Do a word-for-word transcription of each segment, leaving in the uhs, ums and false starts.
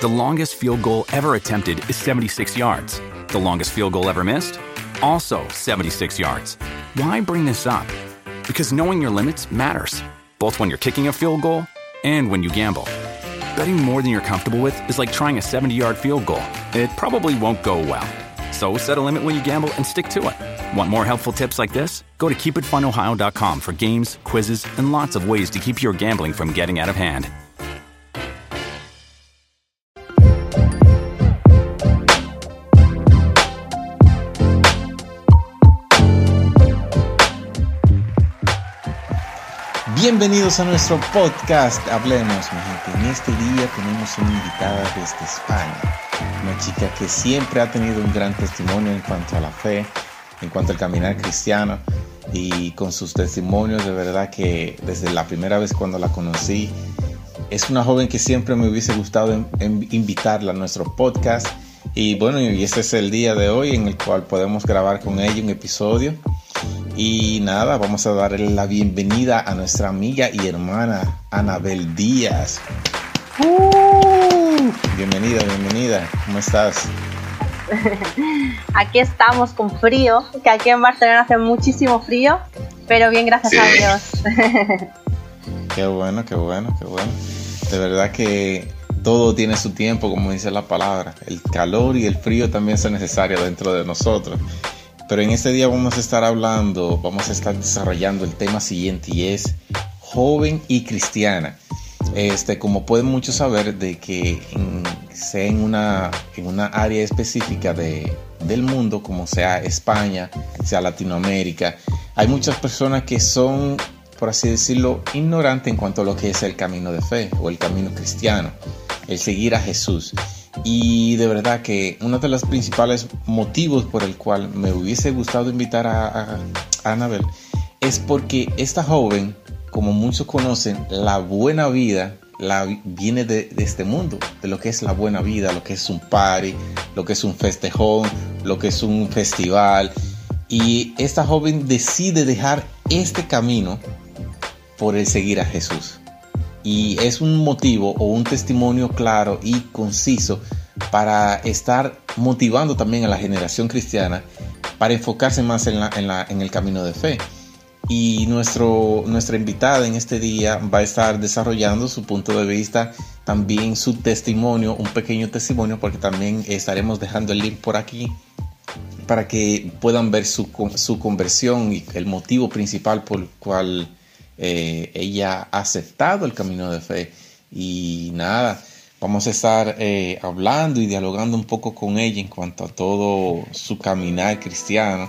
The longest field goal ever attempted is seventy-six yards. The longest field goal ever missed? Also seventy-six yards. Why bring this up? Because knowing your limits matters, both when you're kicking a field goal and when you gamble. Betting more than you're comfortable with is like trying a seventy-yard field goal. It probably won't go well. So set a limit when you gamble and stick to it. Want more helpful tips like this? Go to keep it fun ohio dot com for games, quizzes, and lots of ways to keep your gambling from getting out of hand. Bienvenidos a nuestro podcast Hablemos, mi gente. En este día tenemos una invitada desde España, una chica que siempre ha tenido un gran testimonio en cuanto a la fe, en cuanto al caminar cristiano, y con sus testimonios de verdad que desde la primera vez cuando la conocí, es una joven que siempre me hubiese gustado en, en invitarla a nuestro podcast. Y bueno, y este es el día de hoy en el cual podemos grabar con ella un episodio. Y nada, vamos a darle la bienvenida a nuestra amiga y hermana Anabel Díaz. Uh, bienvenida, bienvenida. ¿Cómo estás? Aquí estamos con frío, que aquí en Barcelona hace muchísimo frío, pero bien, gracias sí. a Dios. Qué bueno, qué bueno, qué bueno. De verdad que todo tiene su tiempo, como dice la palabra. El calor y el frío también son necesarios dentro de nosotros. Pero en este día vamos a estar hablando, vamos a estar desarrollando el tema siguiente, y es joven y cristiana. Este, como pueden muchos saber, de que en, sea en una, en una área específica de, del mundo, como sea España, sea Latinoamérica, hay muchas personas que son, por así decirlo, ignorantes en cuanto a lo que es el camino de fe o el camino cristiano, el seguir a Jesús. Y de verdad que uno de los principales motivos por el cual me hubiese gustado invitar a, a, a Anabel es porque esta joven, como muchos conocen, la buena vida la, viene de, de este mundo, de lo que es la buena vida, lo que es un party, lo que es un festejón, lo que es un festival. Y esta joven decide dejar este camino por el seguir a Jesús. Y es un motivo o un testimonio claro y conciso para estar motivando también a la generación cristiana para enfocarse más en, la, en, la, en el camino de fe. Y nuestro, nuestra invitada en este día va a estar desarrollando su punto de vista, también su testimonio, un pequeño testimonio, porque también estaremos dejando el link por aquí para que puedan ver su, su conversión y el motivo principal por el cual Eh, ella ha aceptado el camino de fe. Y nada, vamos a estar eh, hablando y dialogando un poco con ella en cuanto a todo su caminar cristiano,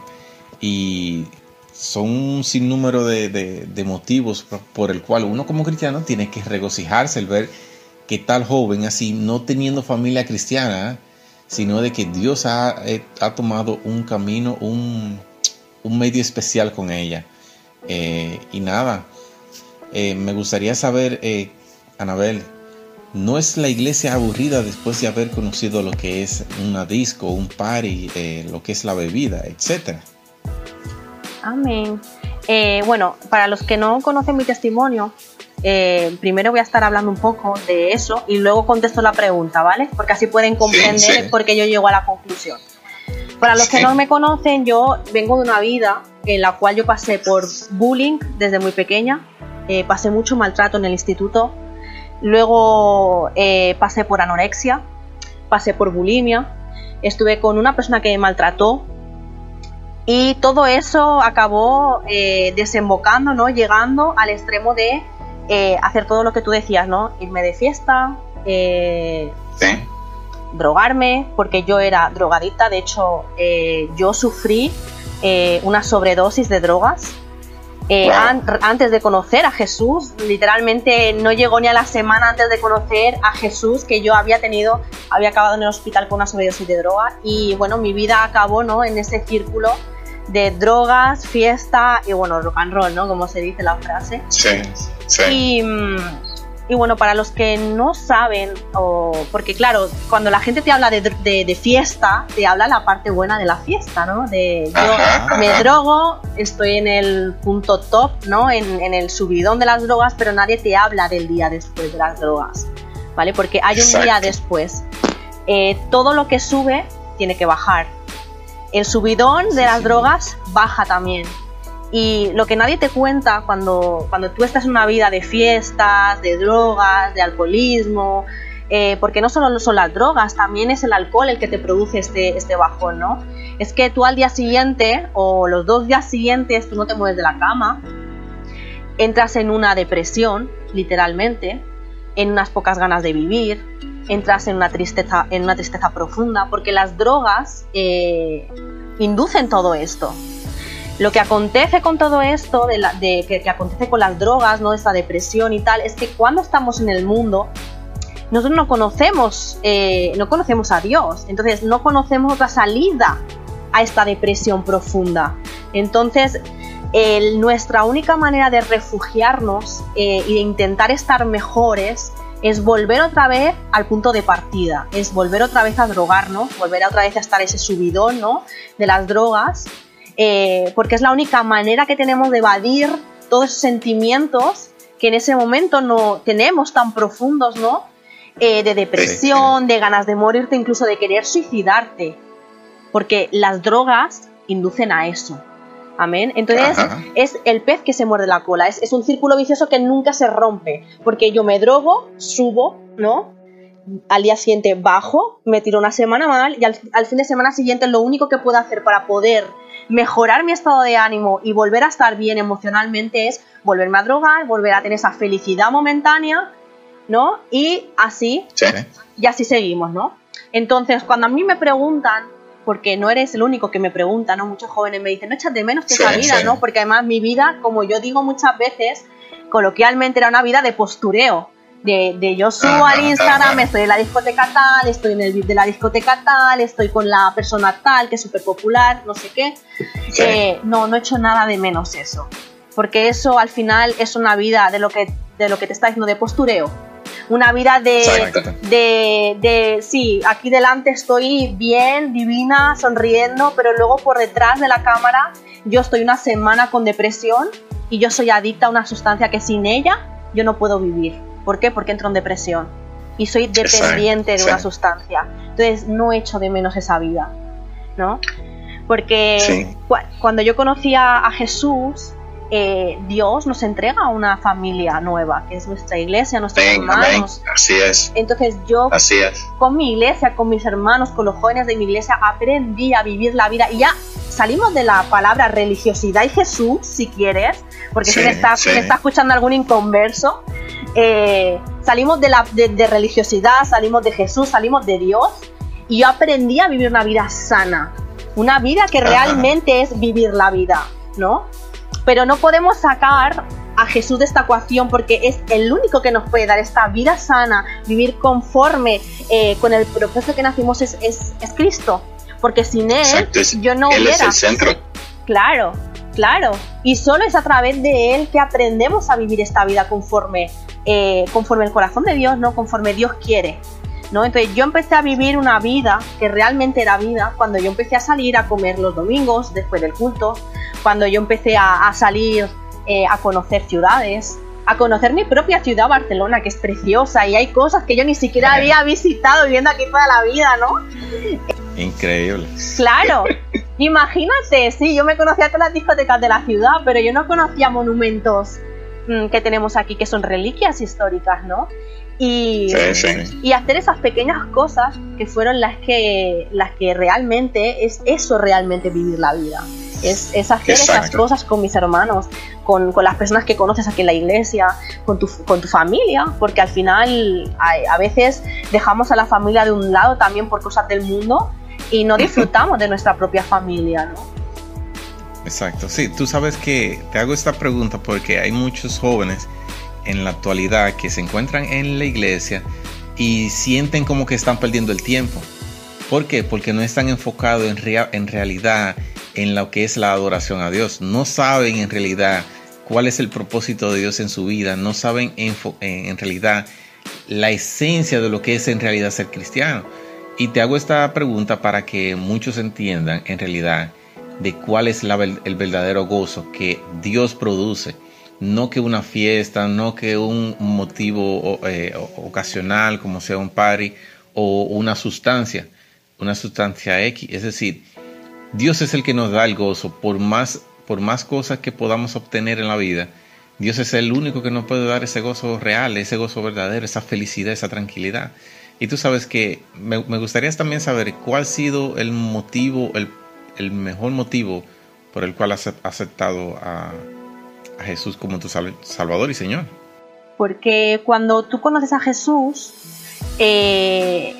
y son un sinnúmero de, de, de motivos por, por el cual uno como cristiano tiene que regocijarse el ver que tal joven así, no teniendo familia cristiana, ¿eh? sino de que Dios ha, eh, ha tomado un camino, un, un medio especial con ella. Eh, y nada, eh, me gustaría saber, eh, Anabel, ¿no es la iglesia aburrida después de haber conocido lo que es una disco, un party, eh, lo que es la bebida, etcétera? Amén. Eh, bueno, para los que no conocen mi testimonio, eh, primero voy a estar hablando un poco de eso y luego contesto la pregunta, ¿vale? Porque así pueden comprender sí, sí. por qué yo llego a la conclusión. Para los que no me conocen, yo vengo de una vida en la cual yo pasé por bullying desde muy pequeña, eh, pasé mucho maltrato en el instituto, luego eh, pasé por anorexia, pasé por bulimia, estuve con una persona que me maltrató, y todo eso acabó eh, desembocando, ¿no? Llegando al extremo de eh, hacer todo lo que tú decías, ¿no? Irme de fiesta, eh, ¿sí? drogarme, porque yo era drogadicta. De hecho, eh, yo sufrí eh, una sobredosis de drogas eh, wow. an- antes de conocer a Jesús. Literalmente no llegó ni a la semana antes de conocer a Jesús que yo había tenido, había acabado en el hospital con una sobredosis de droga. Y bueno, mi vida acabó, ¿no? en ese círculo de drogas, fiesta y bueno, rock and roll, ¿no? Como se dice la frase. Sí, sí. Y... Y bueno, para los que no saben, o porque claro, cuando la gente te habla de, de, de fiesta, te habla la parte buena de la fiesta, ¿no? De yo ajá, me ajá. drogo, estoy en el punto top, ¿no? En, en el subidón de las drogas, pero nadie te habla del día después de las drogas. ¿vale? Porque hay un Exacto. día después. Eh, todo lo que sube tiene que bajar. El subidón de Sí, las sí. drogas baja también. Y lo que nadie te cuenta cuando, cuando tú estás en una vida de fiestas, de drogas, de alcoholismo, eh, porque no solo son las drogas, también es el alcohol el que te produce este, este bajón, ¿no? Es que tú al día siguiente o los dos días siguientes tú no te mueves de la cama, entras en una depresión, literalmente, en unas pocas ganas de vivir, entras en una tristeza, en una tristeza profunda, porque las drogas eh, inducen todo esto. Lo que acontece con todo esto, de la, de, que, que acontece con las drogas, ¿no? Esta depresión y tal, es que cuando estamos en el mundo, nosotros no conocemos, eh, no conocemos a Dios, entonces no conocemos otra salida a esta depresión profunda. Entonces, el, nuestra única manera de refugiarnos eh, y de intentar estar mejores es volver otra vez al punto de partida, es volver otra vez a drogarnos, volver otra vez a estar ese subidón, ¿no? De las drogas. Eh, porque es la única manera que tenemos de evadir todos esos sentimientos que en ese momento no tenemos tan profundos, ¿no? Eh, de depresión, sí, sí. de ganas de morirte, incluso de querer suicidarte, porque las drogas inducen a eso. Amén. Entonces, ajá, es el pez que se muerde la cola, es, es un círculo vicioso que nunca se rompe, porque yo me drogo, subo, ¿no? Al día siguiente bajo, me tiro una semana mal y al, al fin de semana siguiente lo único que puedo hacer para poder mejorar mi estado de ánimo y volver a estar bien emocionalmente es volverme a drogar, volver a tener esa felicidad momentánea, ¿no? Y así, sí. y así seguimos, ¿no? Entonces, cuando a mí me preguntan, porque no eres el único que me pregunta, ¿no? Muchos jóvenes me dicen, no echas de menos que sí, esa vida, sí. ¿no? Porque además mi vida, como yo digo muchas veces, coloquialmente era una vida de postureo. De, de yo subo al Instagram, estoy en la discoteca tal, estoy en el V I P de la discoteca tal, estoy con la persona tal, que es súper popular, no sé qué. Sí. Eh, no, no he hecho nada de menos eso. Porque eso al final es una vida de lo que, de lo que te está diciendo, de postureo. Una vida de, de, de, sí, aquí delante estoy bien, divina, sonriendo, pero luego por detrás de la cámara yo estoy una semana con depresión y yo soy adicta a una sustancia que sin ella yo no puedo vivir. ¿Por qué? Porque entro en depresión y soy dependiente Exacto. de una sí. sustancia. Entonces no echo de menos esa vida, ¿no? Porque sí. cu- cuando yo conocí a, a Jesús, eh, Dios nos entrega una familia nueva, que es nuestra iglesia, nuestros Amén, hermanos. amén. Así es. Entonces yo Así es. con mi iglesia, con mis hermanos, con los jóvenes de mi iglesia, aprendí a vivir la vida y ya salimos de la palabra religiosidad y Jesús, si quieres, porque sí, si me está, sí. me está escuchando algún inconverso, eh, salimos de, la, de, de religiosidad, salimos de Jesús, salimos de Dios y yo aprendí a vivir una vida sana, una vida que Ajá. realmente es vivir la vida, ¿no? Pero no podemos sacar a Jesús de esta ecuación porque es el único que nos puede dar esta vida sana, vivir conforme eh, con el propósito que nacimos es, es, es Cristo, porque sin Él Exacto. yo no Él hubiera... es el centro. Claro, claro, y solo es a través de Él que aprendemos a vivir esta vida conforme, eh, conforme el corazón de Dios, no conforme Dios quiere, ¿no? Entonces yo empecé a vivir una vida que realmente era vida cuando yo empecé a salir a comer los domingos después del culto, cuando yo empecé a, a salir eh, a conocer ciudades, a conocer mi propia ciudad, Barcelona, que es preciosa y hay cosas que yo ni siquiera había visitado viviendo aquí toda la vida, ¿no? Increíble. Claro, imagínate, sí, yo me conocía todas las discotecas de la ciudad, pero yo no conocía monumentos mmm, que tenemos aquí que son reliquias históricas, ¿no? Y, sí, sí. y hacer esas pequeñas cosas que fueron las que las que realmente es eso realmente vivir la vida, es, es hacer Exacto. esas cosas con mis hermanos, con, con las personas que conoces aquí en la iglesia, con tu, con tu familia, porque al final a, a veces dejamos a la familia de un lado también por cosas del mundo y no disfrutamos de nuestra propia familia, ¿no? Exacto, sí, tú sabes que te hago esta pregunta porque hay muchos jóvenes en la actualidad que se encuentran en la iglesia y sienten como que están perdiendo el tiempo. ¿Por qué? Porque no están enfocados en, rea- en realidad en lo que es la adoración a Dios. No saben en realidad cuál es el propósito de Dios en su vida. No saben en, en realidad la esencia de lo que es en realidad ser cristiano. Y te hago esta pregunta para que muchos entiendan en realidad de cuál es la, el verdadero gozo que Dios produce no que una fiesta, no que un motivo eh, ocasional como sea un party o una sustancia, una sustancia X. Es decir, Dios es el que nos da el gozo. Por más, por más cosas que podamos obtener en la vida, Dios es el único que nos puede dar ese gozo real, ese gozo verdadero, esa felicidad, esa tranquilidad. Y tú sabes que me, me gustaría también saber cuál ha sido el motivo, el, el mejor motivo por el cual has aceptado a, a Jesús como tu Salvador y Señor. Porque cuando tú conoces a Jesús, eh,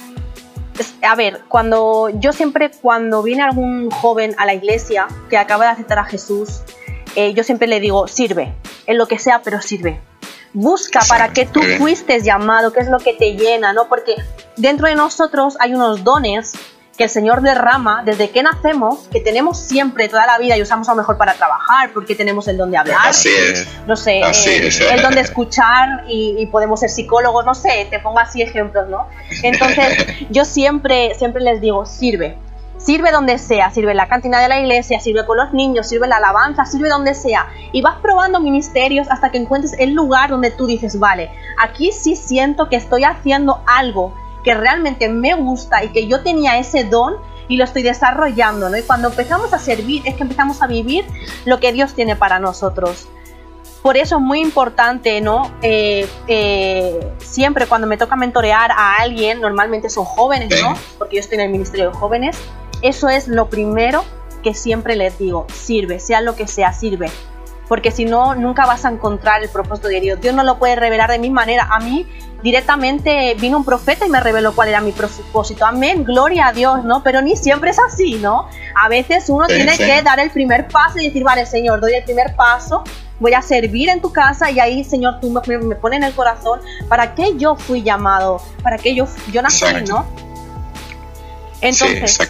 a ver, cuando yo siempre, cuando viene algún joven a la iglesia que acaba de aceptar a Jesús, eh, yo siempre le digo, sirve, en lo que sea, pero sirve. Busca para qué tú fuiste llamado, qué es lo que te llena, ¿no? Porque dentro de nosotros hay unos dones que el Señor derrama desde que nacemos, que tenemos siempre, toda la vida, y usamos a lo mejor para trabajar, porque tenemos el don de hablar, así es, no sé, así eh, es. el don de escuchar, y, y podemos ser psicólogos, no sé, te pongo así ejemplos, ¿no? Entonces, yo siempre, siempre les digo, sirve, sirve donde sea, sirve en la cantina de la iglesia, sirve con los niños, sirve en la alabanza, sirve donde sea, y vas probando ministerios hasta que encuentres el lugar donde tú dices, vale, aquí sí siento que estoy haciendo algo que realmente me gusta y que yo tenía ese don y lo estoy desarrollando, ¿no? Y cuando empezamos a servir es que empezamos a vivir lo que Dios tiene para nosotros. Por eso es muy importante, ¿no? Eh, eh, siempre cuando me toca mentorear a alguien, normalmente son jóvenes, ¿no? Porque yo estoy en el Ministerio de Jóvenes, eso es lo primero que siempre les digo, sirve, sea lo que sea, sirve. Porque si no, nunca vas a encontrar el propósito de Dios. Dios no lo puede revelar de mi manera. A mí directamente vino un profeta y me reveló cuál era mi propósito. Amén, gloria a Dios, ¿no? Pero ni siempre es así, ¿no? A veces uno sí, tiene sí. que dar el primer paso y decir, vale, Señor, doy el primer paso, voy a servir en tu casa y ahí, Señor, tú me, me pones en el corazón para qué yo fui llamado, para qué yo, yo nací, exacto. ¿no? Entonces, sí,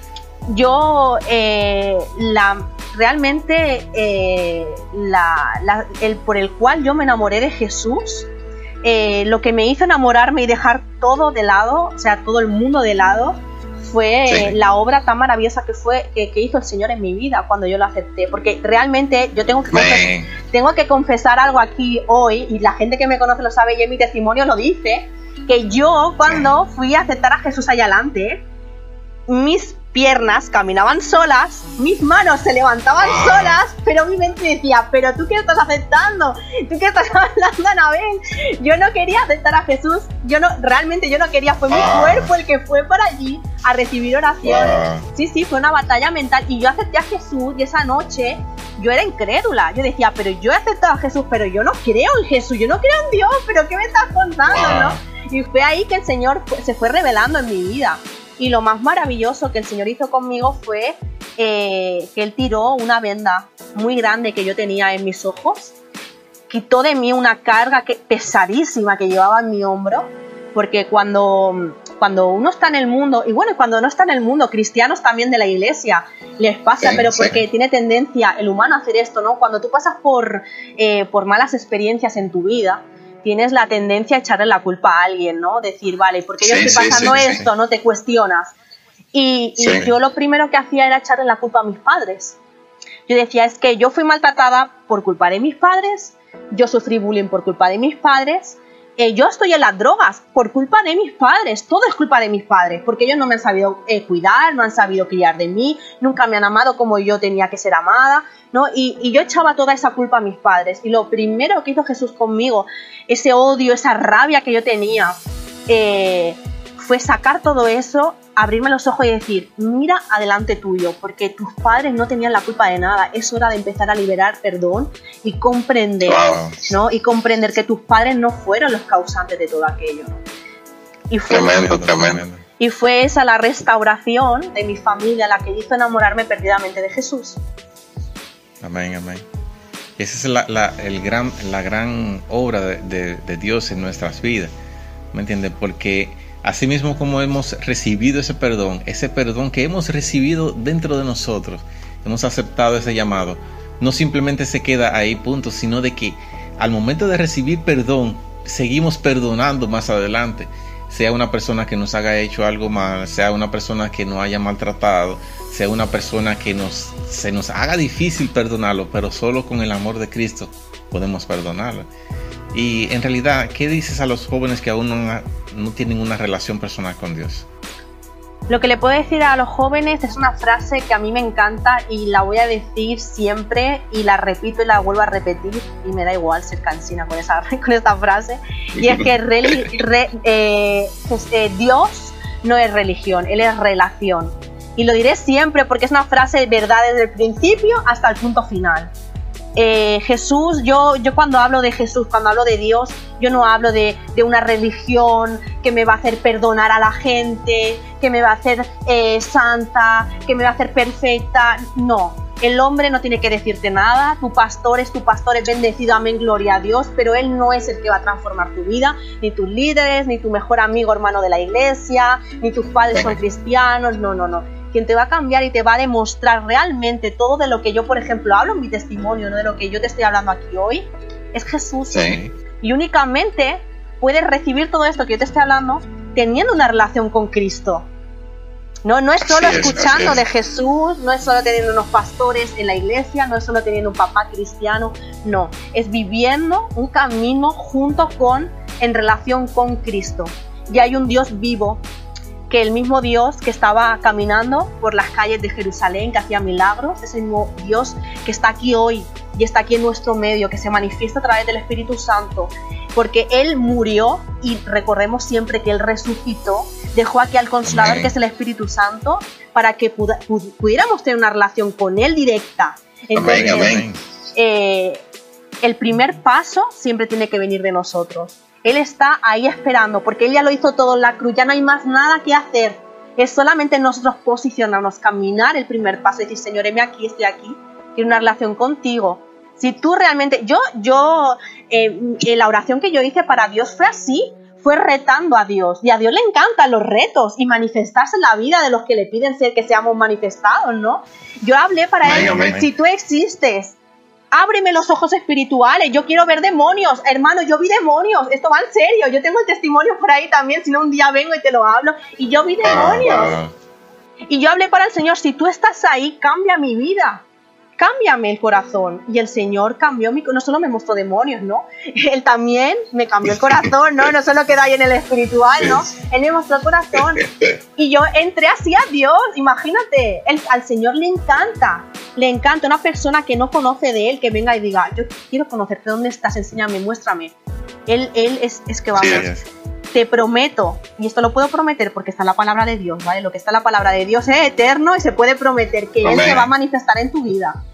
yo, eh, la... realmente eh, la, la, el por el cual yo me enamoré de Jesús, eh, lo que me hizo enamorarme y dejar todo de lado, o sea, todo el mundo de lado, fue sí. eh, la obra tan maravillosa que fue que, que hizo el Señor en mi vida cuando yo lo acepté. Porque realmente yo tengo que, confes- tengo que confesar algo aquí hoy, y la gente que me conoce lo sabe y en mi testimonio lo dice, que yo cuando fui a aceptar a Jesús allá adelante, mis piernas caminaban solas, mis manos se levantaban solas, pero mi mente decía, pero tú qué estás aceptando, tú qué estás hablando, Anabel, yo no quería aceptar a Jesús, yo no, realmente yo no quería, fue mi cuerpo el que fue por allí a recibir oración, sí, sí, fue una batalla mental, y yo acepté a Jesús, y esa noche yo era incrédula, yo decía, pero yo he aceptado a Jesús, pero yo no creo en Jesús, yo no creo en Dios, pero ¿qué me estás contando, no? Y fue ahí que el Señor se fue revelando en mi vida. Y lo más maravilloso que el Señor hizo conmigo fue eh, que Él tiró una venda muy grande que yo tenía en mis ojos, quitó de mí una carga que, pesadísima que llevaba en mi hombro, porque cuando, cuando uno está en el mundo, y bueno, cuando no está en el mundo, cristianos también de la iglesia, les pasa, sí, pero porque sí. tiene tendencia el humano a hacer esto, ¿no? Cuando tú pasas por, eh, por malas experiencias en tu vida, tienes la tendencia a echarle la culpa a alguien, ¿no? Decir, vale, ¿por qué yo sí, estoy pasando sí, sí, esto? Sí. No te cuestionas. Y, y sí. yo lo primero que hacía era echarle la culpa a mis padres. Yo decía, es que yo fui maltratada por culpa de mis padres, yo sufrí bullying por culpa de mis padres, eh, yo estoy en las drogas por culpa de mis padres, todo es culpa de mis padres, porque ellos no me han sabido eh, cuidar, no han sabido criar de mí, nunca me han amado como yo tenía que ser amada, ¿no? Y, y yo echaba toda esa culpa a mis padres, y lo primero que hizo Jesús conmigo, ese odio, esa rabia que yo tenía, eh, fue sacar todo eso, abrirme los ojos y decir, mira adelante tuyo, porque tus padres no tenían la culpa de nada, es hora de empezar a liberar perdón y comprender, wow. ¿no? Y comprender que tus padres no fueron los causantes de todo aquello, ¿no? Y fue, tremendo, tremendo. Y fue esa la restauración de mi familia la que hizo enamorarme perdidamente de Jesús. Amén, amén. Esa es la, la, el gran, la gran obra de, de, de Dios en nuestras vidas, ¿me entiendes? Porque así mismo como hemos recibido ese perdón, ese perdón que hemos recibido dentro de nosotros, hemos aceptado ese llamado, no simplemente se queda ahí, punto, sino de que al momento de recibir perdón, seguimos perdonando más adelante, sea una persona que nos haya hecho algo mal, sea una persona que nos haya maltratado, sea una persona que nos, se nos haga difícil perdonarlo, pero solo con el amor de Cristo podemos perdonarlo. Y en realidad, ¿qué dices a los jóvenes que aún no, no tienen una relación personal con Dios? Lo que le puedo decir a los jóvenes es una frase que a mí me encanta y la voy a decir siempre y la repito y la vuelvo a repetir y me da igual ser cansina con, esa, con esta frase, y es que re, re, eh, pues, eh, Dios no es religión, Él es relación. Y lo diré siempre porque es una frase de verdad desde el principio hasta el punto final. Eh, Jesús, yo, yo cuando hablo de Jesús, cuando hablo de Dios, yo no hablo de, de una religión que me va a hacer perdonar a la gente, que me va a hacer eh, santa, que me va a hacer perfecta. No, el hombre no tiene que decirte nada, tu pastor es tu pastor, es bendecido, amén, gloria a Dios, pero él no es el que va a transformar tu vida, ni tus líderes, ni tu mejor amigo hermano de la iglesia, ni tus padres son cristianos, no, no, no. Quien te va a cambiar y te va a demostrar realmente todo de lo que yo, por ejemplo, hablo en mi testimonio, no de lo que yo te estoy hablando aquí hoy, es Jesús. Sí. Y únicamente puedes recibir todo esto que yo te estoy hablando teniendo una relación con Cristo. No, no es solo así es, escuchando así de es. Jesús, no es solo teniendo unos pastores en la iglesia, no es solo teniendo un papá cristiano, no, es viviendo un camino junto con, en relación con Cristo. Y hay un Dios vivo, que el mismo Dios que estaba caminando por las calles de Jerusalén, que hacía milagros, es el mismo Dios que está aquí hoy y está aquí en nuestro medio, que se manifiesta a través del Espíritu Santo, porque Él murió y recordemos siempre que Él resucitó, dejó aquí al Consolador, que es el Espíritu Santo, para que puda, pudiéramos tener una relación con Él directa. Entonces, Amén, amén. Eh, el primer paso siempre tiene que venir de nosotros. Él está ahí esperando, porque Él ya lo hizo todo en la cruz, ya no hay más nada que hacer. Es solamente nosotros posicionarnos, caminar el primer paso y decir, Señor, heme aquí, estoy aquí, quiero una relación contigo. Si tú realmente, yo, yo, eh, eh, la oración que yo hice para Dios fue así, fue retando a Dios, y a Dios le encantan los retos y manifestarse en la vida de los que le piden ser que seamos manifestados, ¿no? Yo hablé para Él, Amén, amén. si tú existes, ábreme los ojos espirituales, yo quiero ver demonios, hermano, yo vi demonios, esto va en serio, yo tengo el testimonio por ahí también, si no un día vengo y te lo hablo, y yo vi demonios, Ah, y yo hablé para el Señor, si tú estás ahí, cambia mi vida, cámbiame el corazón, y el Señor cambió mi, no solo me mostró demonios, ¿no? Él también me cambió el corazón, ¿no? No solo queda ahí en el espiritual, ¿no? Él me mostró el corazón, y yo entré así a Dios, imagínate, él, al Señor le encanta, le encanta una persona que no conoce de Él, que venga y diga, yo quiero conocerte, ¿dónde estás? Enséñame, muéstrame. Él, él es, es que vamos, Sí, es. te prometo, y esto lo puedo prometer porque está en la palabra de Dios, ¿vale? Lo que está en la palabra de Dios es eterno y se puede prometer que Él Amén. se va a manifestar en tu vida.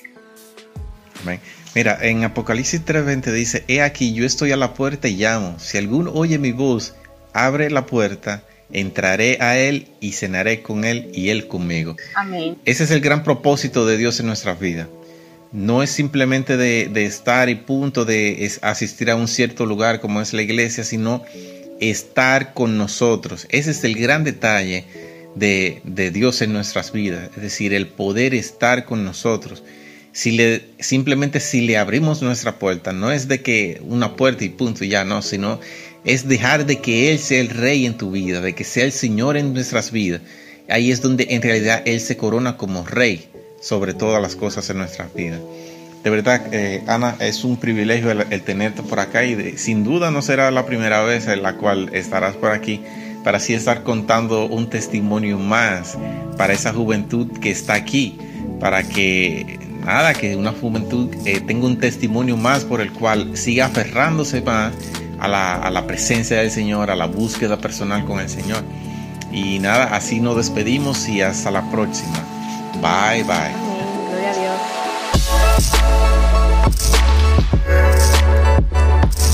Amén. Mira, en Apocalipsis tres veinte dice, he aquí, yo estoy a la puerta y llamo. Si alguno oye mi voz, abre la puerta, entraré a él y cenaré con él y él conmigo. Amén. Ese es el gran propósito de Dios en nuestras vidas. No es simplemente de, de estar y punto de es asistir a un cierto lugar como es la iglesia, sino estar con nosotros. Ese es el gran detalle de, de Dios en nuestras vidas, es decir, el poder estar con nosotros. Si le, simplemente si le abrimos nuestra puerta, no es de que una puerta y punto y ya, no, sino es dejar de que Él sea el rey en tu vida, de que sea el Señor en nuestras vidas. Ahí es donde en realidad Él se corona como rey sobre todas las cosas en nuestras vidas. De verdad, eh, Ana, es un privilegio el, el tenerte por acá y de, sin duda no será la primera vez en la cual estarás por aquí para así estar contando un testimonio más para esa juventud que está aquí, para que nada, que una juventud eh, tenga un testimonio más por el cual siga aferrándose más a la, a la presencia del Señor, a la búsqueda personal con el Señor. Y nada, así nos despedimos y hasta la próxima. Bye, bye. Amén. Gloria a Dios.